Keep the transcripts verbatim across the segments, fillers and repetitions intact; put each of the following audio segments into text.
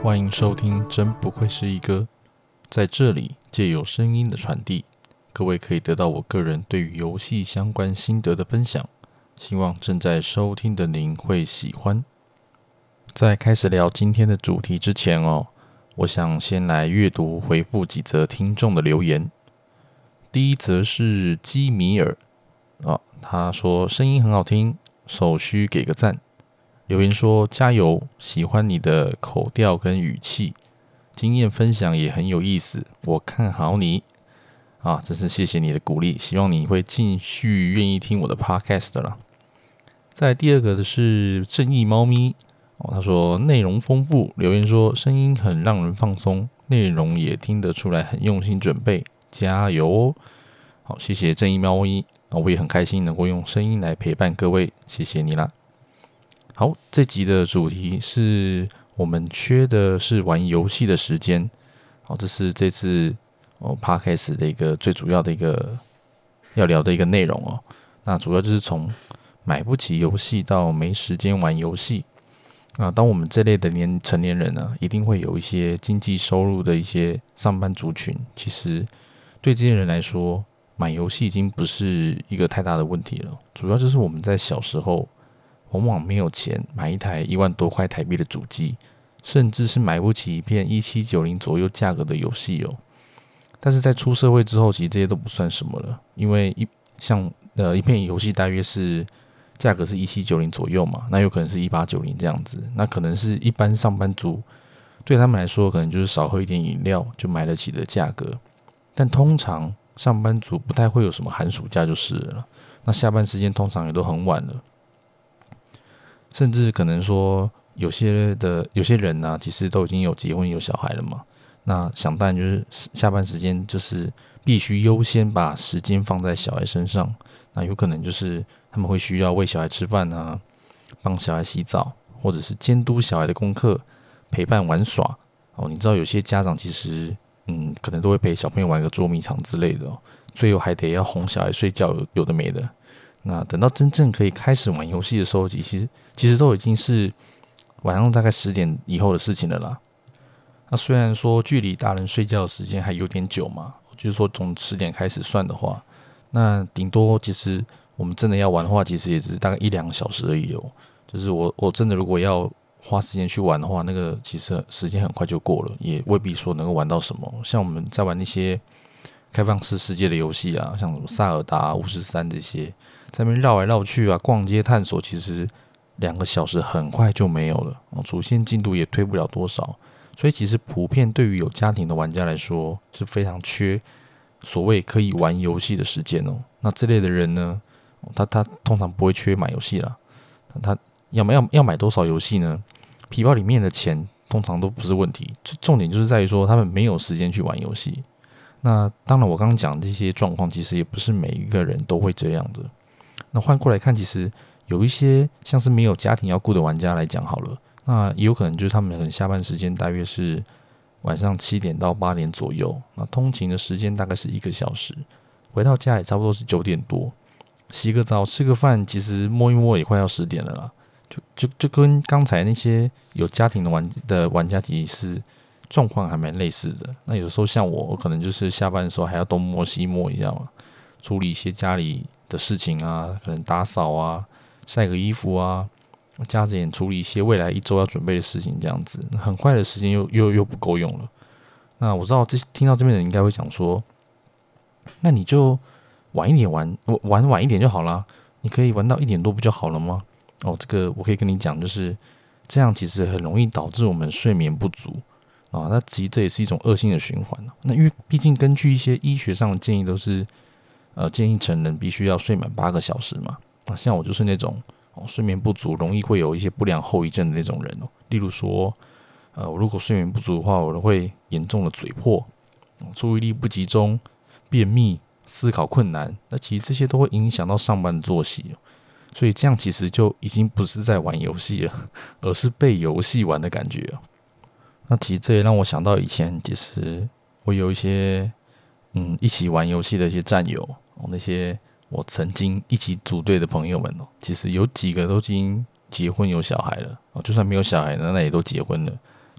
欢迎收听真不愧是一哥，在这里借由声音的传递，各位可以得到我个人对于游戏相关心得的分享，希望正在收听的您会喜欢。在开始聊今天的主题之前哦，我想先来阅读回复几则听众的留言。第一则是基米尔、哦、他说声音很好听，手需给个赞。留言说加油，喜欢你的口调跟语气，经验分享也很有意思，我看好你啊！真是谢谢你的鼓励，希望你会继续愿意听我的 podcast 的啦。再来第二个的是正义猫咪、哦、他说内容丰富，留言说声音很让人放松，内容也听得出来很用心准备，加油哦！好，谢谢正义猫咪、啊、我也很开心能够用声音来陪伴各位，谢谢你啦。好，这集的主题是我们缺的是玩游戏的时间。好，这是这次哦 Podcast 的一个最主要的一个要聊的一个内容哦。那主要就是从买不起游戏到没时间玩游戏。那当我们这类的年成年人呢，一定会有一些经济收入的一些上班族群。其实对这些人来说，买游戏已经不是一个太大的问题了。主要就是我们在小时候，往往没有钱买一台一万多块台币的主机，甚至是买不起一片一七九零左右价格的游戏哦。但是在出社会之后，其实这些都不算什么了，因为一像呃一片游戏大约是价格是一七九零左右嘛，那有可能是一八九零这样子，那可能是一般上班族对他们来说，可能就是少喝一点饮料就买得起的价格。但通常上班族不太会有什么寒暑假就是了，那下班时间通常也都很晚了。甚至可能说有些的有些人啊，其实都已经有结婚有小孩了嘛。那想当然就是下班时间就是必须优先把时间放在小孩身上。那有可能就是他们会需要喂小孩吃饭啊，帮小孩洗澡，或者是监督小孩的功课，陪伴玩耍。哦，你知道有些家长其实嗯，可能都会陪小朋友玩个捉迷藏之类的哦，最后还得要哄小孩睡觉，有有的没的。那等到真正可以开始玩游戏的时候，其实其实都已经是晚上大概十点以后的事情了啦。那虽然说距离大人睡觉的时间还有点久嘛，就是说从十点开始算的话，那顶多其实我们真的要玩的话，其实也只是大概一两个小时而已哦。就是我我真的如果要花时间去玩的话，那个其实时间很快就过了，也未必说能够玩到什么。像我们在玩那些开放式世界的游戏啊，像什么萨尔达、巫师三这些，在那边绕来绕去啊，逛街探索，其实两个小时很快就没有了，主线进度也推不了多少，所以其实普遍对于有家庭的玩家来说是非常缺所谓可以玩游戏的时间哦。那这类的人呢，他他通常不会缺买游戏啦，他要么要要买多少游戏呢？皮包里面的钱通常都不是问题，重点就是在于说他们没有时间去玩游戏。那当然，我刚刚讲这些状况，其实也不是每一个人都会这样的。那换过来看，其实有一些像是没有家庭要顾的玩家来讲好了，那也有可能就是他们可能下班时间大约是晚上七点到八点左右，那通勤的时间大概是一个小时，回到家也差不多是九点多，洗个澡吃个饭，其实摸一摸也快要十点了啦。就就就跟刚才那些有家庭的玩的玩家其实是状况还蛮类似的。那有时候像我，我可能就是下班的时候还要东摸西摸一下嘛，处理一些家里的事情啊，可能打扫啊、晒个衣服啊，加着眼处理一些未来一周要准备的事情，这样子很快的时间又又又不够用了。那我知道这听到这边的人应该会讲说，那你就晚一点玩，玩晚一点就好啦，你可以玩到一点多不就好了吗？哦，这个我可以跟你讲，就是这样，其实很容易导致我们睡眠不足啊。那其实这也是一种恶性的循环。那因为毕竟根据一些医学上的建议，都是呃建议成人必须要睡满八个小时嘛。啊，像我就是那种、哦、睡眠不足，容易会有一些不良后遗症的那种人哦。例如说，呃，我如果睡眠不足的话，我会严重的嘴破、注意力不集中、便秘、思考困难。那其实这些都会影响到上班的作息哦。所以这样其实就已经不是在玩游戏了，而是被游戏玩的感觉。那其实这也让我想到以前，其实我有一些嗯一起玩游戏的一些战友，哦、那些我曾经一起组队的朋友们哦，其实有几个都已经结婚有小孩了，哦、就算没有小孩呢，那也都结婚了。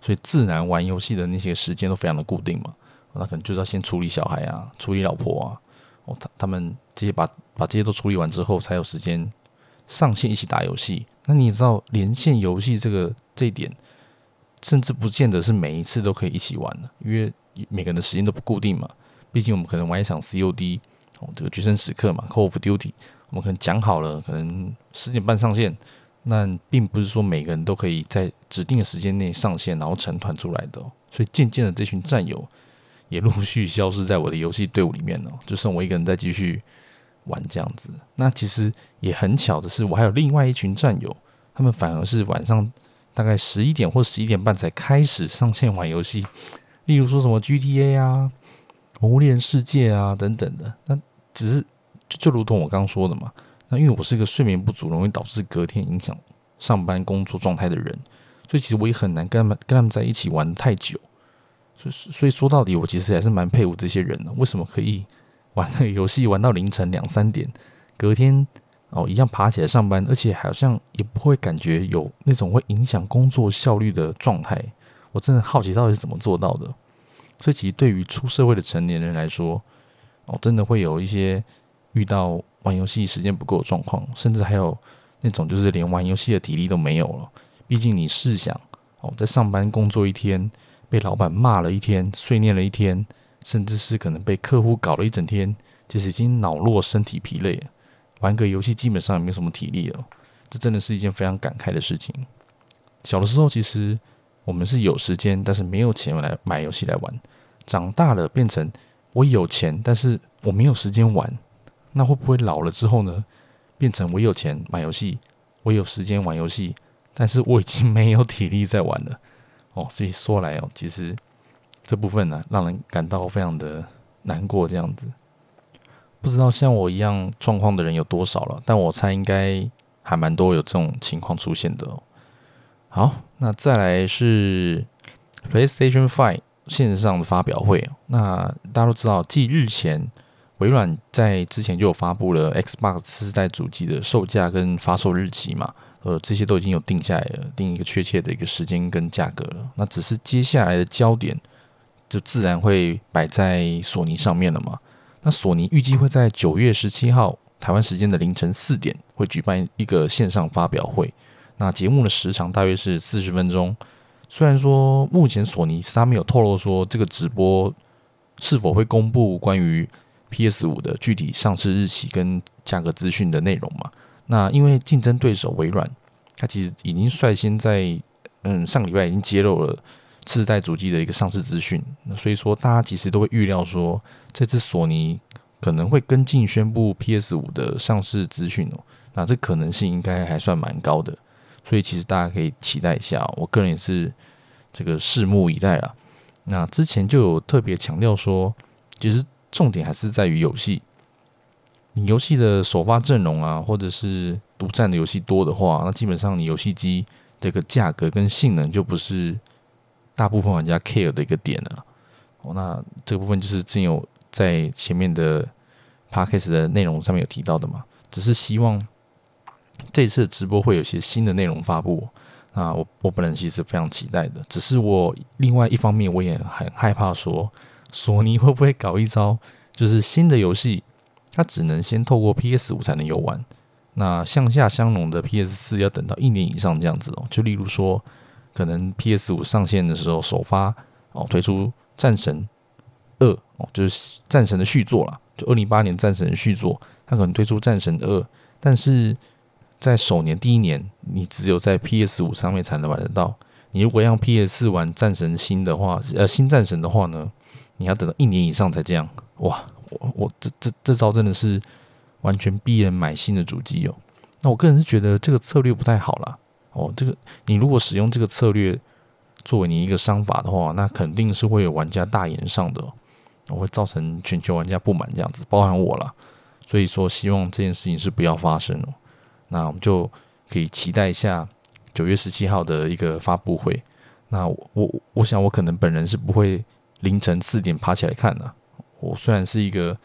所以自然玩游戏的那些时间都非常的固定嘛。那可能就是要先处理小孩啊，处理老婆啊，哦，他他们这些把把这些都处理完之后，才有时间上线一起打游戏。那你也知道连线游戏这个这一点，甚至不见得是每一次都可以一起玩的，因为每个人的时间都不固定嘛。毕竟我们可能玩一场 C O D， 哦，这个决胜时刻嘛 ，Call of Duty， 我们可能讲好了，可能十点半上线，那并不是说每个人都可以在指定的时间内上线，然后成团出来的、哦。所以渐渐的，这群战友也陆续消失在我的游戏队伍里面了、哦，就剩我一个人在继续玩这样子。那其实也很巧的是，我还有另外一群战友，他们反而是晚上大概十一点或十一点半才开始上线玩游戏，例如说什么 G T A 啊、魔猎世界啊等等的。那只是 就, 就如同我刚刚说的嘛，那因为我是一个睡眠不足，容易导致隔天影响上班工作状态的人，所以其实我也很难跟他们跟他们在一起玩太久。所以所以说到底，我其实还是蛮佩服这些人的，为什么可以玩那个游戏玩到凌晨两三点，隔天哦一样爬起来上班，而且好像也不会感觉有那种会影响工作效率的状态。我真的好奇到底是怎么做到的。所以其实对于出社会的成年人来说，哦，真的会有一些遇到玩游戏时间不够的状况，甚至还有那种就是连玩游戏的体力都没有了。毕竟你试想，哦，在上班工作一天，被老板骂了一天，碎念了一天，甚至是可能被客户搞了一整天，其实已经脑弱身体疲累了，玩个游戏基本上也没有什么体力了。这真的是一件非常感慨的事情。小的时候其实我们是有时间，但是没有钱来买游戏来玩。长大了变成我有钱，但是我没有时间玩。那会不会老了之后呢，变成我有钱买游戏，我有时间玩游戏，但是我已经没有体力在玩了。哦，所以说来哦，其实这部分呢、啊，让人感到非常的难过。这样子，不知道像我一样状况的人有多少了，但我猜应该还蛮多有这种情况出现的哦。好，那再来是 PlayStation 五线上的发表会。那大家都知道，继日前微软在之前就有发布了 Xbox 次世代主机的售价跟发售日期嘛，呃，这些都已经有定下来了，定一个确切的一个时间跟价格了。那只是接下来的焦点就自然会摆在索尼上面了嘛。那索尼预计会在九月十七号台湾时间的凌晨四点会举办一个线上发表会。那节目的时长大约是四十分钟。虽然说目前索尼他没有透露说这个直播是否会公布关于 P S 五 的具体上市日期跟价格资讯的内容嘛。那因为竞争对手微软，它其实已经率先在嗯上个礼拜已经揭露了次世代主机的一个上市资讯，所以说大家其实都会预料说，这次索尼可能会跟进宣布 P S 五 的上市资讯哦。那这可能性应该还算蛮高的。所以其实大家可以期待一下、哦，我个人也是这个拭目以待啦。那之前就有特别强调说，其实重点还是在于游戏。你游戏的首发阵容啊，或者是独占的游戏多的话，那基本上你游戏机的一个价格跟性能就不是大部分玩家 care 的一个点了。哦，那这个部分就是之前有在前面的 podcast 的内容上面有提到的嘛，只是希望这一次的直播会有一些新的内容发布，那我我本人其实非常期待的。只是我另外一方面我也很害怕说，索尼会不会搞一招，就是新的游戏它只能先透过 P S 五 才能游玩，那向下相容的 P S 四 要等到一年以上这样子哦。就例如说，可能 P S 五 上线的时候首发哦推出战神二哦，就是战神的续作啦，就二零一八年战神的续作，它可能推出战神二，但是在首年第一年，你只有在 P S 五 上面才能玩得到。你如果让 P S 四 玩战神新的话，呃，新战神的话呢，你要等到一年以上才这样。哇，我我这这这招真的是完全逼人买新的主机哦。那我个人是觉得这个策略不太好啦。哦，这个你如果使用这个策略作为你一个商法的话，那肯定是会有玩家大言上的、哦，会造成全球玩家不满这样子，包含我啦。所以说，希望这件事情是不要发生哦。那我们就可以期待一下九月十七号的一个发布会。那我我我想我可能本人是不会凌晨四点爬起来看的、啊。我虽然是一个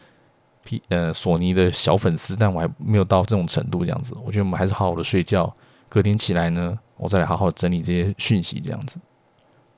P 呃索尼的小粉丝，但我还没有到这种程度这样子。我觉得我们还是好好的睡觉，隔天起来呢，我再来好好整理这些讯息这样子。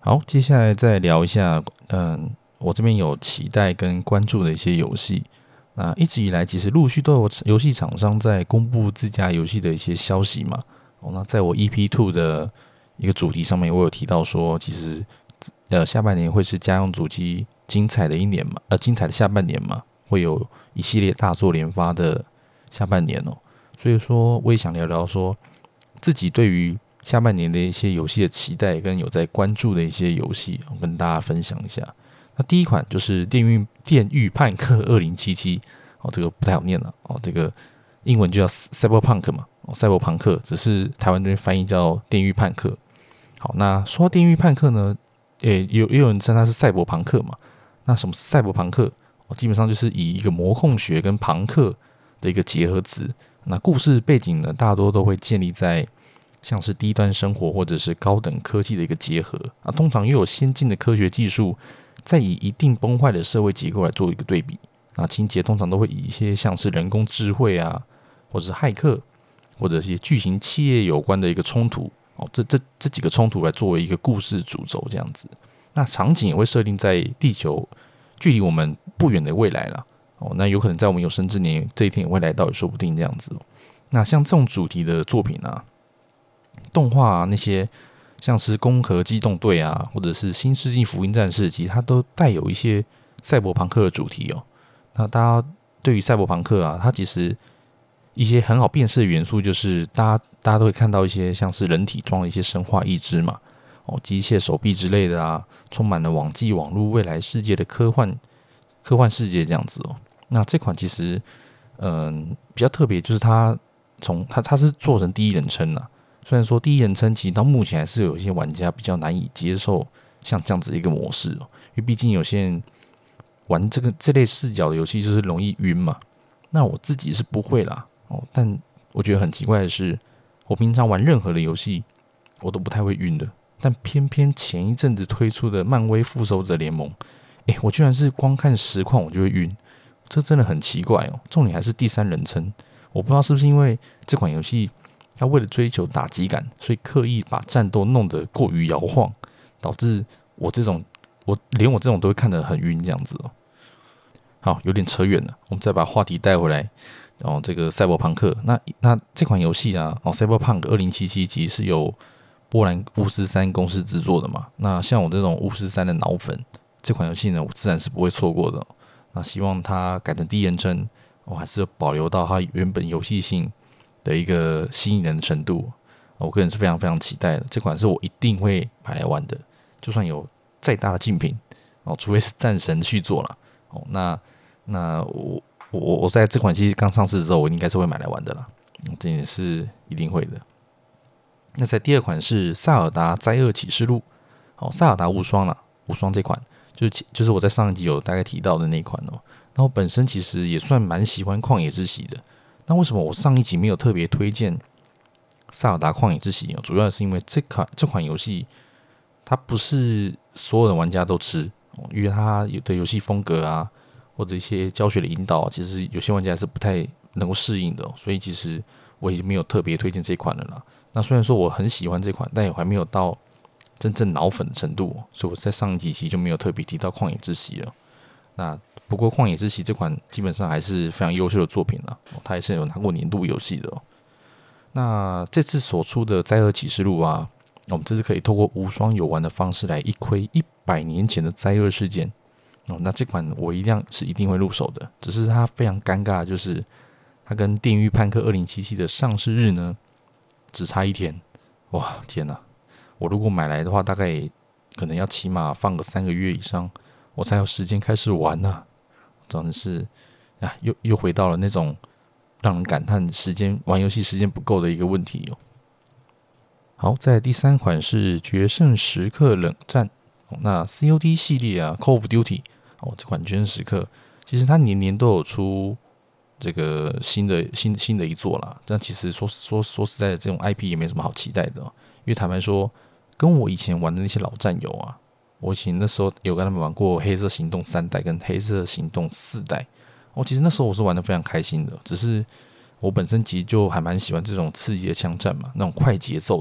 好，接下来再聊一下，嗯，我这边有期待跟关注的一些游戏。那一直以来，其实陆续都有游戏厂商在公布自家游戏的一些消息嘛。哦，那在我 E P 二 的一个主题上面，我有提到说，其实呃下半年会是家用主机精彩的一年嘛，呃精彩的下半年嘛，会有一系列大作连发的下半年哦。所以说，我也想聊聊说自己对于下半年的一些游戏的期待，跟有在关注的一些游戏，我跟大家分享一下。那第一款就是电狱《电狱判客二零七七》哦，这个不太好念了哦，这个英文就叫 Cyberpunk 嘛，哦，赛博朋克，只是台湾这边翻译叫电狱判客。好，那说到电狱判客呢，诶，有也有人称它是赛博朋克嘛。那什么是赛博朋克？哦，基本上就是以一个模控学跟朋克的一个结合词。那故事背景呢，大多都会建立在像是低端生活或者是高等科技的一个结合啊，通常又有先进的科学技术，再以一定崩坏的社会结构来做一个对比。啊，情节通常都会以一些像是人工智慧啊，或者是骇客，或者是一些巨型企业有关的一个冲突哦，这这这几个冲突来作为一个故事主轴这样子。那场景也会设定在地球距离我们不远的未来啦。哦，那有可能在我们有生之年这一天也会来到，也说不定这样子哦。那像这种主题的作品啊，动画啊，那些像是《攻壳机动队》啊，或者是《新世纪福音战士》，其实它都带有一些赛博朋克的主题哦。那大家对于赛博朋克啊，它其实一些很好辨识的元素，就是大家大家都会看到一些像是人体装了一些生化义肢嘛，哦，机械手臂之类的啊，充满了网际网络未来世界的科幻科幻世界这样子哦。那这款其实嗯比较特别，就是它从它它是做成第一人称啊。虽然说第一人称其实到目前还是有一些玩家比较难以接受像这样子的一个模式哦，因为毕竟有些人玩这个这类视角的游戏就是容易晕嘛。那我自己是不会啦哦，但我觉得很奇怪的是，我平常玩任何的游戏我都不太会晕的，但偏偏前一阵子推出的漫威复仇者联盟，诶，我居然是光看实况我就会晕，这真的很奇怪哦。重点还是第三人称，我不知道是不是因为这款游戏他为了追求打击感，所以刻意把战斗弄得过于摇晃，导致我这种我连我这种都会看得很晕这样子哦。好，有点扯远了，我们再把话题带回来。哦，这个赛博朋克，那那这款游戏啊，哦，Cyberpunk 二零七七其实是由波兰巫师三公司制作的嘛。那像我这种巫师三的脑粉，这款游戏呢，我自然是不会错过的哦。那希望它改成第一人称，我还是保留到它原本游戏性的一个吸引人的程度，我个人是非常非常期待的。这款是我一定会买来玩的，就算有再大的竞品哦，除非是战神续作啦哦。那那我我我在这款机刚上市之后，我应该是会买来玩的啦，这也是一定会的。那在第二款是《萨尔达灾厄启示录》，好，《萨尔达无双》啦，无双这款就是就是我在上一集有大概提到的那一款哦。那我本身其实也算蛮喜欢旷野之息的。那为什么我上一集没有特别推荐《萨尔达旷野之息》？主要是因为这款这款游戏它不是所有的玩家都吃，因为它有的游戏风格啊，或者一些教学的引导，其实有些玩家是不太能够适应的，所以其实我也没有特别推荐这款的啦。那虽然说我很喜欢这款，但也还没有到真正脑粉的程度，所以我在上一集其实就没有特别提到旷野之息了。那不过旷野之息这款基本上还是非常优秀的作品啦，它也是有拿过年度游戏的哦。那这次所出的灾厄启示录啊，我们这次可以透过无双游玩的方式来一窥一百年前的灾厄事件哦。那这款我一样是一定会入手的，只是它非常尴尬的就是它跟电狱判客二零七七的上市日呢只差一天。哇，天哪！我如果买来的话，大概可能要起码放个三个月以上，我才有时间开始玩啊。真的是啊，又又回到了那种让人感叹时间玩游戏时间不够的一个问题哦。好，在第三款是《决胜时刻冷战》哦，那 C O D 系列啊 ，Call of Duty 哦，这款《决胜时刻》其实它年年都有出这个新的新新的一作啦。但其实说说说实在的，这种 I P 也没什么好期待的哦，因为坦白说，跟我以前玩的那些老战友啊。我以前那时候有跟他们玩过《黑色行动》三代跟《黑色行动》四代，哦，其实那时候我是玩得非常开心的。只是我本身其实就还蛮喜欢这种刺激的枪战嘛，那种快节奏的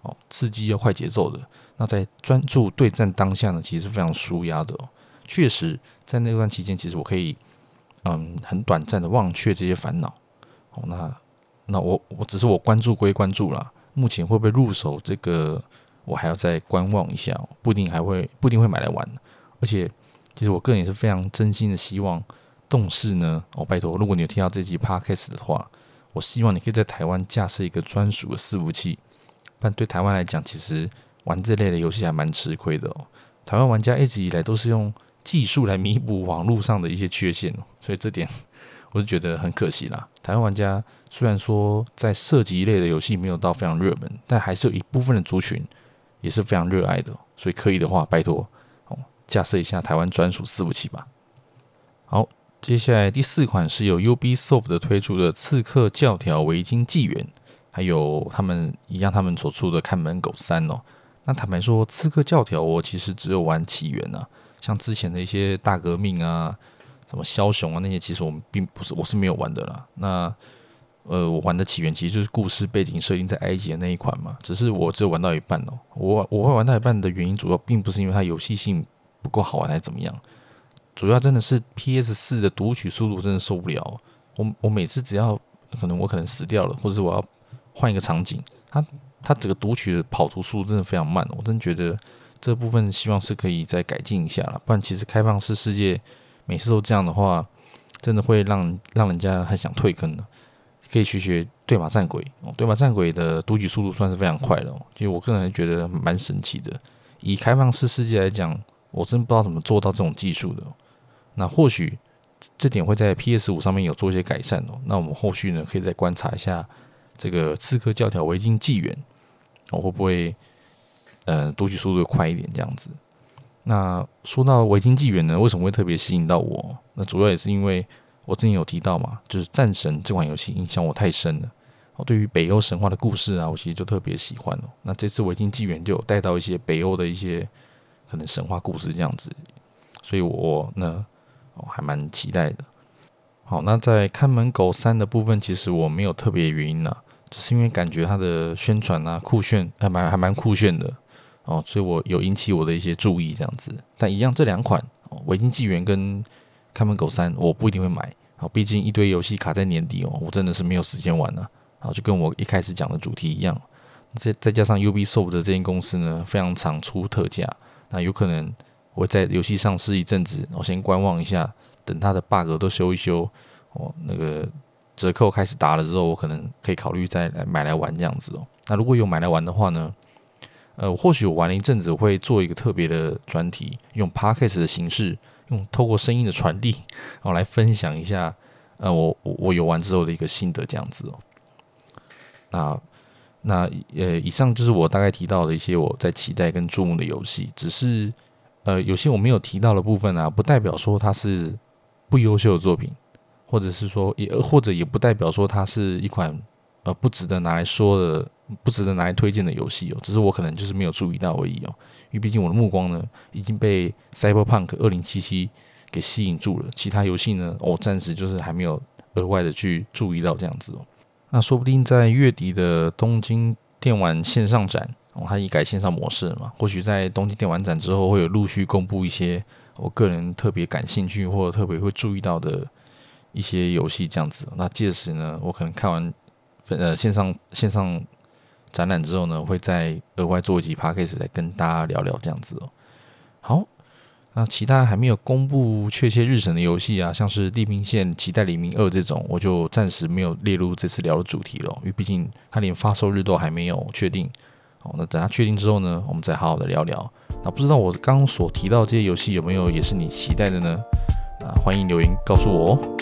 哦，刺激又快节奏的。那在专注对战当下呢，其实是非常舒压的哦。确实，在那段期间，其实我可以嗯很短暂的忘却这些烦恼。哦，那那我我只是我关注归关注啦，目前会不会入手这个，我还要再观望一下哦，不一定还会不一定会买来玩。而且，其实我个人也是非常真心的希望动视呢，哦拜托，如果你有听到这集 podcast 的话，我希望你可以在台湾架设一个专属的伺服器。但对台湾来讲，其实玩这类的游戏还蛮吃亏的哦。台湾玩家一直以来都是用技术来弥补网络上的一些缺陷哦，所以这点我就觉得很可惜啦。台湾玩家虽然说在射击类的游戏没有到非常热门，但还是有一部分的族群也是非常热爱的，所以可以的话，拜托哦，架设一下台湾专属伺服器吧。好，接下来第四款是由 Ubisoft 的推出的《刺客教条：维京纪元》。还有他们一样，他们所出的《看门狗三》哦。那坦白说，《刺客教条》我其实只有玩起源啊，像之前的一些大革命啊、什么枭雄啊那些，其实我们并不是我是没有玩的啦。那呃，我玩的起源其实就是故事背景设定在埃及的那一款嘛，只是我只有玩到一半哦。我我会玩到一半的原因，主要并不是因为它游戏性不够好玩还是怎么样，主要真的是 P S 四 的读取速度真的受不了。我我每次只要可能我可能死掉了，或者是我要换一个场景，它它整个读取的跑图速度真的非常慢，我真觉得这部分希望是可以再改进一下啦，不然其实开放式世界每次都这样的话，真的会让让人家很想退坑的。可以学学对马战鬼，哦、对马战鬼的读取速度算是非常快的、哦，其实我个人觉得蛮神奇的。以开放式世界来讲，我真不知道怎么做到这种技术的、哦。那或许这点会在 P S 五 上面有做一些改善哦。那我们后续呢，可以再观察一下。这个刺客教条维京纪元，我、哦、会不会呃读取速度快一点这样子？那说到维京纪元呢，为什么会特别吸引到我？那主要也是因为我之前有提到嘛，就是战神这款游戏影响我太深了。哦，对于北欧神话的故事啊，我其实就特别喜欢哦。那这次维京纪元就有带到一些北欧的一些可能神话故事这样子，所以我呢、哦、还蛮期待的。好，那在看门狗三的部分，其实我没有特别的原因啦、啊，只是因为感觉它的宣传啊酷炫，还蛮还蛮酷炫的哦，所以我有引起我的一些注意这样子。但一样，这两款《维京纪元》跟《看门狗三》，我不一定会买。好，毕竟一堆游戏卡在年底哦，我真的是没有时间玩啊。好，就跟我一开始讲的主题一样，再再加上 Ubisoft 的这间公司呢，非常常出特价，那有可能我在游戏上市一阵子，我先观望一下。等它的 bug 都修一修，哦，那个折扣开始打了之后，我可能可以考虑再来买来玩这样子哦。那如果有买来玩的话呢，呃，或许我玩了一阵子，我会做一个特别的专题，用 podcast 的形式，用透过声音的传递，然后来分享一下，呃，我我有玩之后的一个心得这样子哦。那那呃，以上就是我大概提到的一些我在期待跟注目的游戏，只是呃，有些我没有提到的部分啊，不代表说它是不优秀的作品，或者是说也或者也不代表说它是一款呃不值得拿来说的、不值得拿来推荐的游戏哦。只是我可能就是没有注意到而已哦。因为毕竟我的目光呢已经被 Cyberpunk 二零七七给吸引住了，其他游戏呢，我、哦、暂时就是还没有额外的去注意到这样子哦。那说不定在月底的东京电玩线上展，哦，它已改线上模式了嘛，或许在东京电玩展之后会有陆续公布一些。我个人特别感兴趣或者特别会注意到的一些游戏这样子，那届时呢，我可能看完呃线上线上展览之后呢，会再额外做一集 podcast 来跟大家聊聊这样子哦。好，那其他还没有公布确切日程的游戏啊，像是《地平线：期待黎明二》这种，我就暂时没有列入这次聊的主题了，因为毕竟它连发售日都还没有确定。好，那等它确定之后呢，我们再好好的聊聊。那不知道我刚刚所提到这些游戏有没有也是你期待的呢？那欢迎留言告诉我哦。